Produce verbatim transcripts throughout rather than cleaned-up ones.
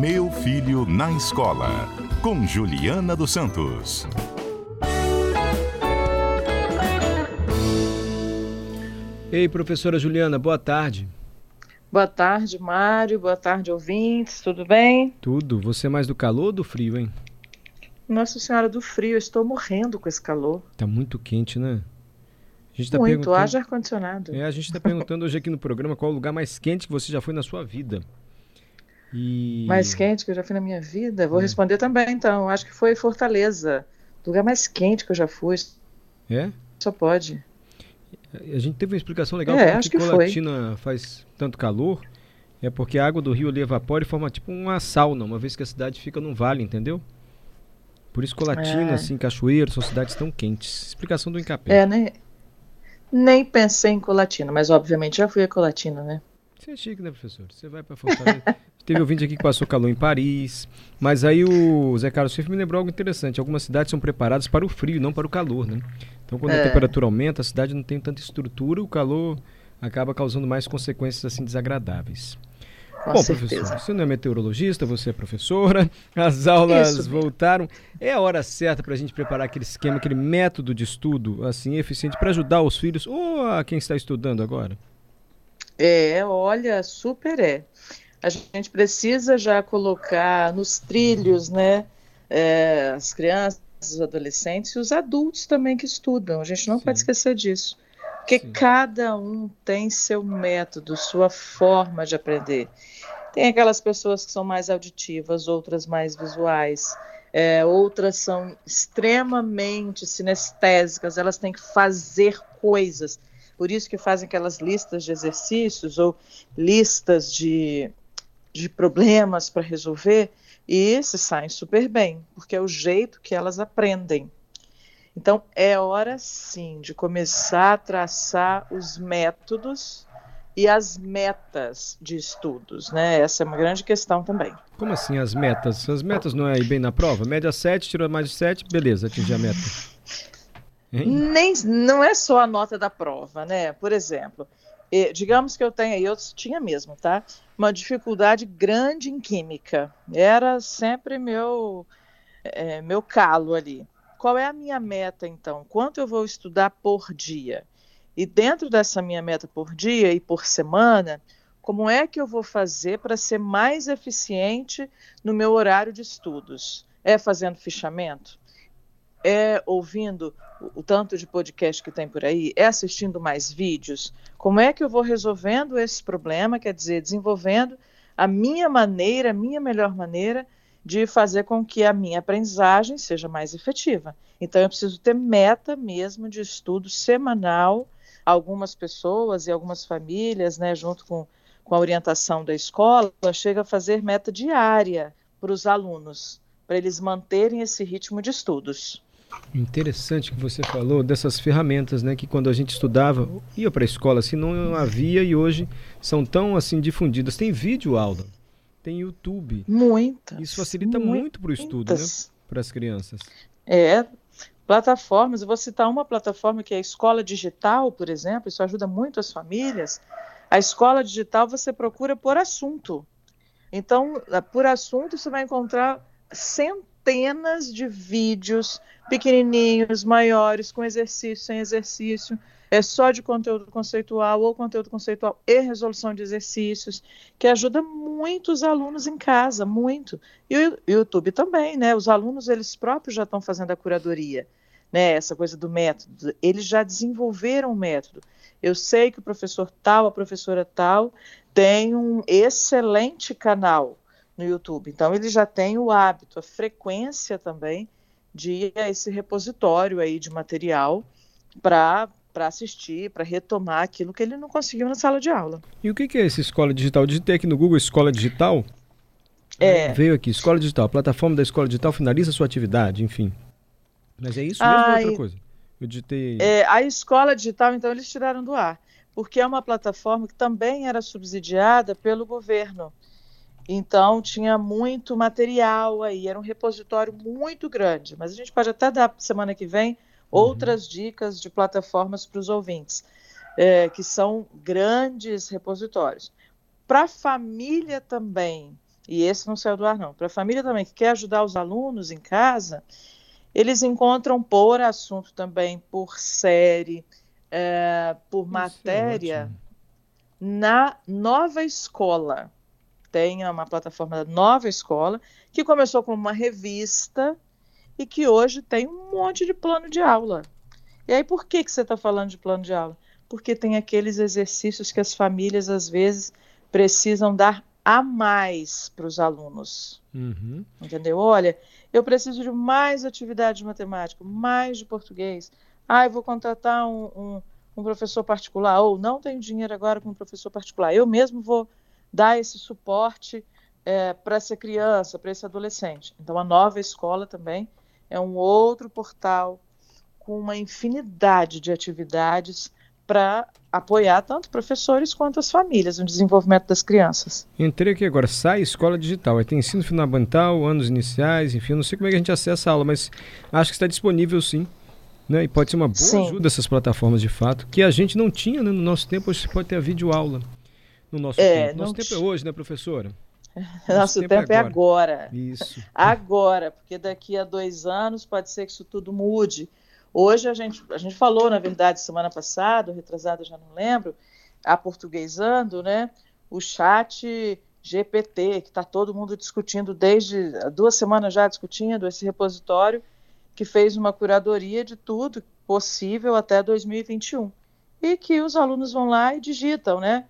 Meu Filho na Escola, com Juliana dos Santos. Ei, professora Juliana, boa tarde. Boa tarde, Mário. Boa tarde, ouvintes. Tudo bem? Tudo. Você é mais do calor ou do frio, hein? Nossa Senhora do frio, eu estou morrendo com esse calor. Tá muito quente, né? A gente tá Muito, perguntando... haja ar-condicionado. É, a gente está perguntando hoje aqui no programa qual é o lugar mais quente que você já foi na sua vida. E... Mais quente que eu já fui na minha vida? Vou é. responder também, então. Acho que foi Fortaleza. O lugar mais quente que eu já fui. É? Só pode. A gente teve uma explicação legal. É, Por acho que que Colatina foi. faz tanto calor. É porque a água do rio ali evapora e forma tipo uma sauna, uma vez que a cidade fica num vale, entendeu? Por isso Colatina, É. assim, Cachoeiro, são cidades tão quentes. Explicação do Incapé. É, nem, nem pensei em Colatina, mas obviamente já fui a Colatina, né? Você é chique, né, professor? Você vai pra Fortaleza. Teve ouvinte aqui que passou calor em Paris. Mas aí o Zé Carlos Swift me lembrou algo interessante. Algumas cidades são preparadas para o frio, não para o calor, né? Então, quando É. a temperatura aumenta, a cidade não tem tanta estrutura, o calor acaba causando mais consequências, assim, desagradáveis. Com Bom, certeza. professor, você não é meteorologista, você é professora, as aulas Isso mesmo. voltaram. É a hora certa para a gente preparar aquele esquema, aquele método de estudo, assim, eficiente para ajudar os filhos ou a quem está estudando agora? É, olha, super é. A gente precisa já colocar nos trilhos, né, é, as crianças, os adolescentes e os adultos também que estudam. A gente não Sim. pode esquecer disso. Porque Sim. cada um tem seu método, sua forma de aprender. Tem aquelas pessoas que são mais auditivas, outras mais visuais, é, outras são extremamente sinestésicas, elas têm que fazer coisas. Por isso que fazem aquelas listas de exercícios ou listas de, de problemas para resolver, e se saem super bem, porque é o jeito que elas aprendem. Então, é hora sim de começar a traçar os métodos e as metas de estudos, né? Essa é uma grande questão também. Como assim as metas? As metas não é ir bem na prova? Média sete, tirou mais de sete, beleza, atingi a meta. Hein? Nem, não é só a nota da prova, né? Por exemplo, eh, digamos que eu tenha, eu tinha mesmo, tá? Uma dificuldade grande em química. Era sempre meu, eh, meu calo ali. Qual é a minha meta, então? Quanto eu vou estudar por dia? E dentro dessa minha meta por dia e por semana, como é que eu vou fazer para ser mais eficiente no meu horário de estudos? É fazendo fichamento? É ouvindo o, o tanto de podcast que tem por aí? É assistindo mais vídeos? Como é que eu vou resolvendo esse problema? Quer dizer, desenvolvendo a minha maneira, a minha melhor maneira de fazer com que a minha aprendizagem seja mais efetiva. Então, eu preciso ter meta mesmo de estudo semanal. Algumas pessoas e algumas famílias, né, junto com, com a orientação da escola, chega a fazer meta diária para os alunos, para eles manterem esse ritmo de estudos. Interessante que você falou dessas ferramentas, né, que quando a gente estudava, ia para a escola, assim, não havia e hoje são tão, assim, difundidas. Tem vídeo aula, tem YouTube. Muitas. Isso facilita muitas, muito para o estudo, né, para as crianças. É, plataformas, eu vou citar uma plataforma que é a Escola Digital, por exemplo, isso ajuda muito as famílias. A Escola Digital você procura por assunto. Então, por assunto você vai encontrar centenas de vídeos pequenininhos, maiores, com exercício, sem exercício, é só de conteúdo conceitual ou conteúdo conceitual e resolução de exercícios, que ajuda muito os alunos em casa, muito. E o YouTube também, né? Os alunos, eles próprios já estão fazendo a curadoria, né? Essa coisa do método, eles já desenvolveram o método. Eu sei que o professor tal, a professora tal, tem um excelente canal no YouTube, então ele já tem o hábito, a frequência também de ir a esse repositório aí de material para para assistir, para retomar aquilo que ele não conseguiu na sala de aula. E o que, que é essa escola digital? Eu digitei aqui no Google Escola Digital. É. Aí veio aqui, Escola Digital. A plataforma da Escola Digital finaliza sua atividade, enfim. Mas é isso mesmo ou é outra coisa? Eu digitei... É, a Escola Digital, então, eles tiraram do ar, porque é uma plataforma que também era subsidiada pelo governo. Então, tinha muito material aí, era um repositório muito grande. Mas a gente pode até dar, semana que vem, outras uhum. dicas de plataformas para os ouvintes, é, que são grandes repositórios. Para a família também e esse não saiu do ar não, para a família também que quer ajudar os alunos em casa, eles encontram por assunto também, por série, é, por Isso é matéria, ótimo. na Nova Escola. Tem uma plataforma da Nova Escola, que começou como uma revista e que hoje tem um monte de plano de aula. E aí, por que, que você está falando de plano de aula? Porque tem aqueles exercícios que as famílias, às vezes, precisam dar a mais para os alunos. Uhum. Entendeu? Olha, eu preciso de mais atividade de matemática, mais de português. Ah, eu vou contratar um, um, um professor particular, ou não tenho dinheiro agora com um professor particular. Eu mesmo vou dar esse suporte é, para essa criança, para esse adolescente. Então, a Nova Escola também é um outro portal com uma infinidade de atividades para apoiar tanto professores quanto as famílias no desenvolvimento das crianças. Entrei aqui agora, sai escola digital. Aí tem ensino fundamental, anos iniciais, enfim, eu não sei como é que a gente acessa a aula, mas acho que está disponível sim. Né? E pode ser uma boa Sim. ajuda essas plataformas de fato, que a gente não tinha, né? No nosso tempo. Hoje você pode ter a videoaula. No nosso É, tempo. Nosso não tempo t... é hoje, né, professora? Nosso, nosso tempo, tempo é agora. agora. Isso. Agora, porque daqui a dois anos pode ser que isso tudo mude. Hoje a gente, a gente falou, na verdade, semana passada, retrasada, já não lembro, aportuguesando, né? O chat G P T, que está todo mundo discutindo desde duas semanas já discutindo, esse repositório que fez uma curadoria de tudo possível até dois mil e vinte e um. E que os alunos vão lá e digitam, né?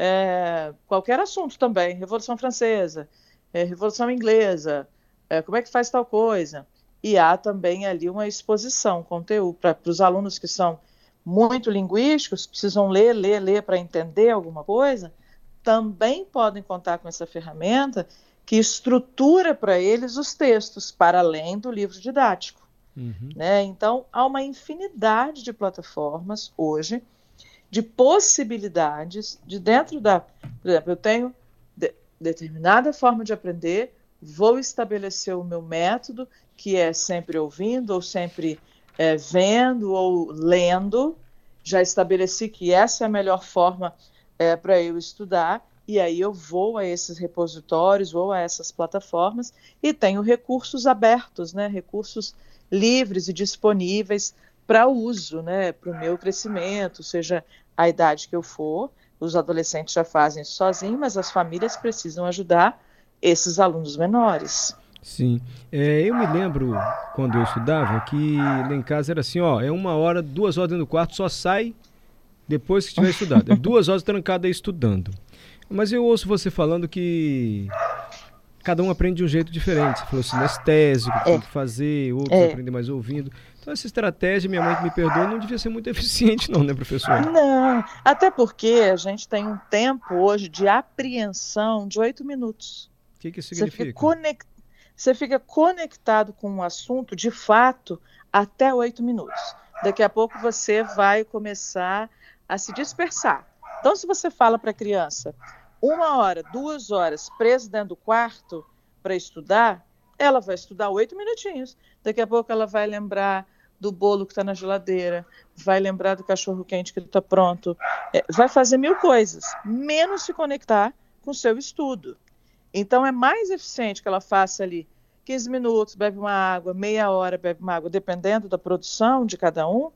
É, qualquer assunto também, Revolução Francesa, é, Revolução Inglesa, é, como é que faz tal coisa. E há também ali uma exposição, conteúdo, para os alunos que são muito linguísticos, precisam ler, ler, ler para entender alguma coisa, também podem contar com essa ferramenta que estrutura para eles os textos, para além do livro didático. Uhum. Né? Então, há uma infinidade de plataformas hoje, de possibilidades, de dentro da... Por exemplo, eu tenho de, determinada forma de aprender, vou estabelecer o meu método, que é sempre ouvindo, ou sempre é, vendo, ou lendo. Já estabeleci que essa é a melhor forma é, para eu estudar, e aí eu vou a esses repositórios, vou a essas plataformas, e tenho recursos abertos, né, recursos livres e disponíveis para uso, né, para o meu crescimento, seja a idade que eu for. Os adolescentes já fazem isso sozinhos, mas as famílias precisam ajudar esses alunos menores. Sim, é, eu me lembro quando eu estudava que lá em casa era assim, ó, é uma hora, duas horas dentro do quarto, só sai depois que tiver estudado. É duas horas trancada aí estudando. Mas eu ouço você falando que cada um aprende de um jeito diferente. Você falou sinestésico, que é. tem que fazer, outros é. aprendem mais ouvindo. Então essa estratégia, minha mãe que me perdoa, não devia ser muito eficiente não, né, professor? Não, até porque a gente tem um tempo hoje de apreensão de oito minutos. O que que isso significa? Você fica, conect... Você fica conectado com um assunto, de fato, até oito minutos. Daqui a pouco você vai começar a se dispersar. Então, se você fala para a criança uma hora, duas horas preso dentro do quarto para estudar, ela vai estudar oito minutinhos. Daqui a pouco ela vai lembrar do bolo que está na geladeira, vai lembrar do cachorro quente que está pronto, é, vai fazer mil coisas, menos se conectar com o seu estudo. Então é mais eficiente que ela faça ali quinze minutos, bebe uma água, meia hora, bebe uma água, dependendo da produção de cada um,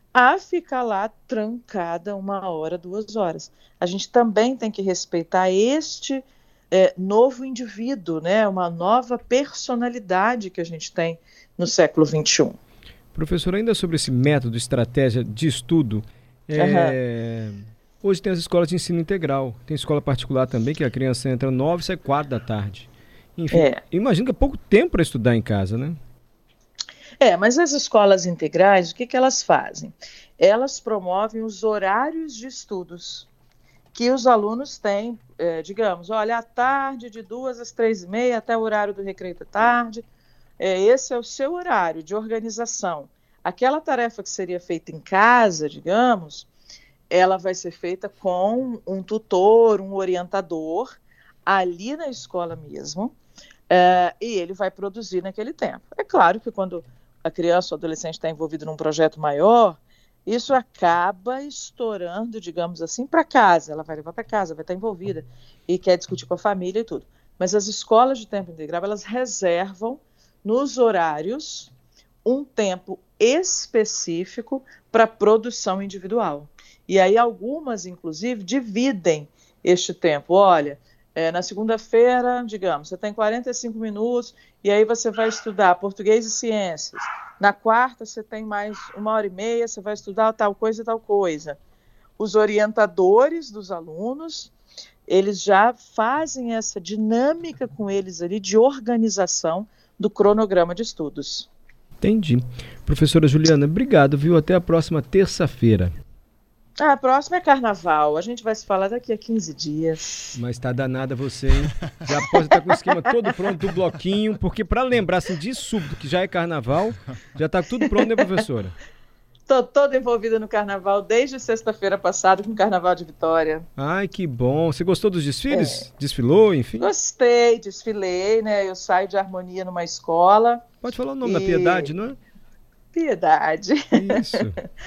a ficar lá trancada uma hora, duas horas. A gente também tem que respeitar este é, novo indivíduo, né? Uma nova personalidade que a gente tem no século vinte e um. Professor, ainda sobre esse método, estratégia de estudo, é... uhum. hoje tem as escolas de ensino integral, tem escola particular também, que a criança entra nove e sai quatro da tarde. Enfim, é. imagino que é pouco tempo para estudar em casa, né? É, mas as escolas integrais, o que, que elas fazem? Elas promovem os horários de estudos que os alunos têm, é, digamos, olha, à tarde, de duas às três e meia, até o horário do recreio da tarde. É, esse é o seu horário de organização. Aquela tarefa que seria feita em casa, digamos, ela vai ser feita com um tutor, um orientador, ali na escola mesmo, é, e ele vai produzir naquele tempo. É claro que quando a criança ou adolescente está envolvido num projeto maior, isso acaba estourando, digamos assim, para casa. Ela vai levar para casa, vai estar envolvida e quer discutir com a família e tudo. mas as escolas de tempo integral, elas reservam nos horários um tempo específico para produção individual. E aí algumas, inclusive, dividem este tempo. Olha, é, na segunda-feira, digamos, você tem quarenta e cinco minutos e aí você vai estudar português e ciências. Na quarta, você tem mais uma hora e meia, você vai estudar tal coisa e tal coisa. Os orientadores dos alunos, eles já fazem essa dinâmica com eles ali de organização do cronograma de estudos. Entendi. Professora Juliana, obrigado, viu? Até a próxima terça-feira. Ah, a próxima é carnaval. A gente vai se falar daqui a quinze dias. Mas tá danada você, hein? Já pode estar com o esquema todo pronto do bloquinho, porque para lembrar assim, de súbito que já é carnaval, já tá tudo pronto, né, professora? Tô toda envolvida no carnaval desde sexta-feira passada com o Carnaval de Vitória. Ai, que bom. Você gostou dos desfiles? É. Desfilou, enfim? Gostei, desfilei, né? Eu saio de harmonia numa escola. Pode falar o nome e... da Piedade, não é? Piedade. Isso.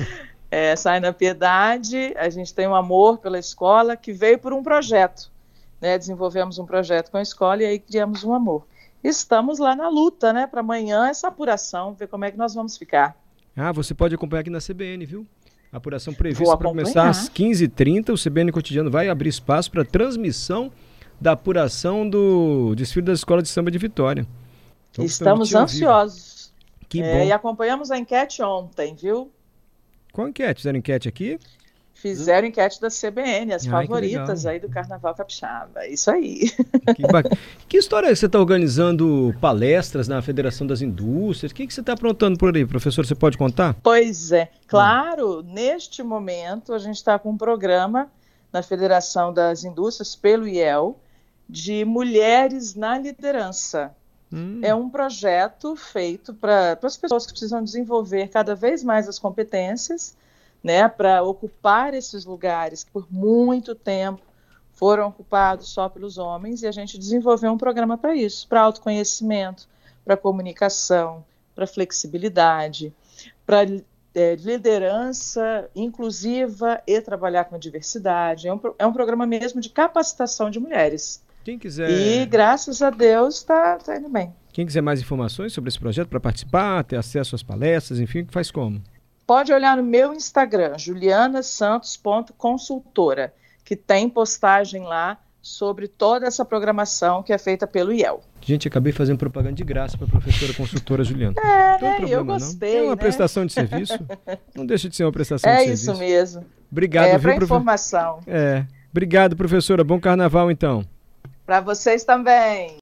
É, sai na Piedade, a gente tem um amor pela escola que veio por um projeto, né? Desenvolvemos um projeto com a escola e aí criamos um amor. Estamos lá na luta, né? Para amanhã essa apuração, ver como é que nós vamos ficar. Ah, você pode acompanhar aqui na C B N, viu? A apuração prevista para começar às quinze e trinta. O C B N Cotidiano vai abrir espaço para transmissão da apuração do desfile da Escola de Samba de Vitória. Então, estamos ansiosos. Que é, bom. E acompanhamos a enquete ontem, viu? Qual enquete? Fizeram enquete aqui? Fizeram enquete da C B N, as Ai, favoritas aí do Carnaval Capixaba. Isso aí. Que, ba... que história é que você está organizando palestras na Federação das Indústrias? O que, que você está aprontando por aí, professor? Você pode contar? Pois é. Claro, hum. neste momento a gente está com um programa na Federação das Indústrias, pelo I E L, de mulheres na liderança. Hum. É um projeto feito para as pessoas que precisam desenvolver cada vez mais as competências, né, para ocupar esses lugares que por muito tempo foram ocupados só pelos homens, e a gente desenvolveu um programa para isso, para autoconhecimento, para comunicação, para flexibilidade, para é, liderança inclusiva e trabalhar com a diversidade. É um, é um programa mesmo de capacitação de mulheres. Quem quiser... E graças a Deus está tá indo bem. Quem quiser mais informações sobre esse projeto para participar, ter acesso às palestras, enfim, faz como? Pode olhar no meu Instagram, juliana santos ponto consultora, que tem postagem lá sobre toda essa programação que é feita pelo I E L. Gente, acabei fazendo propaganda de graça para a professora consultora Juliana. É, não né? problema, Eu gostei, não. É uma né? prestação de serviço. Não deixa de ser uma prestação é de serviço. É isso mesmo. Obrigado, é viu, para profe... informação. É. Obrigado, professora. Bom carnaval, então. Para vocês também.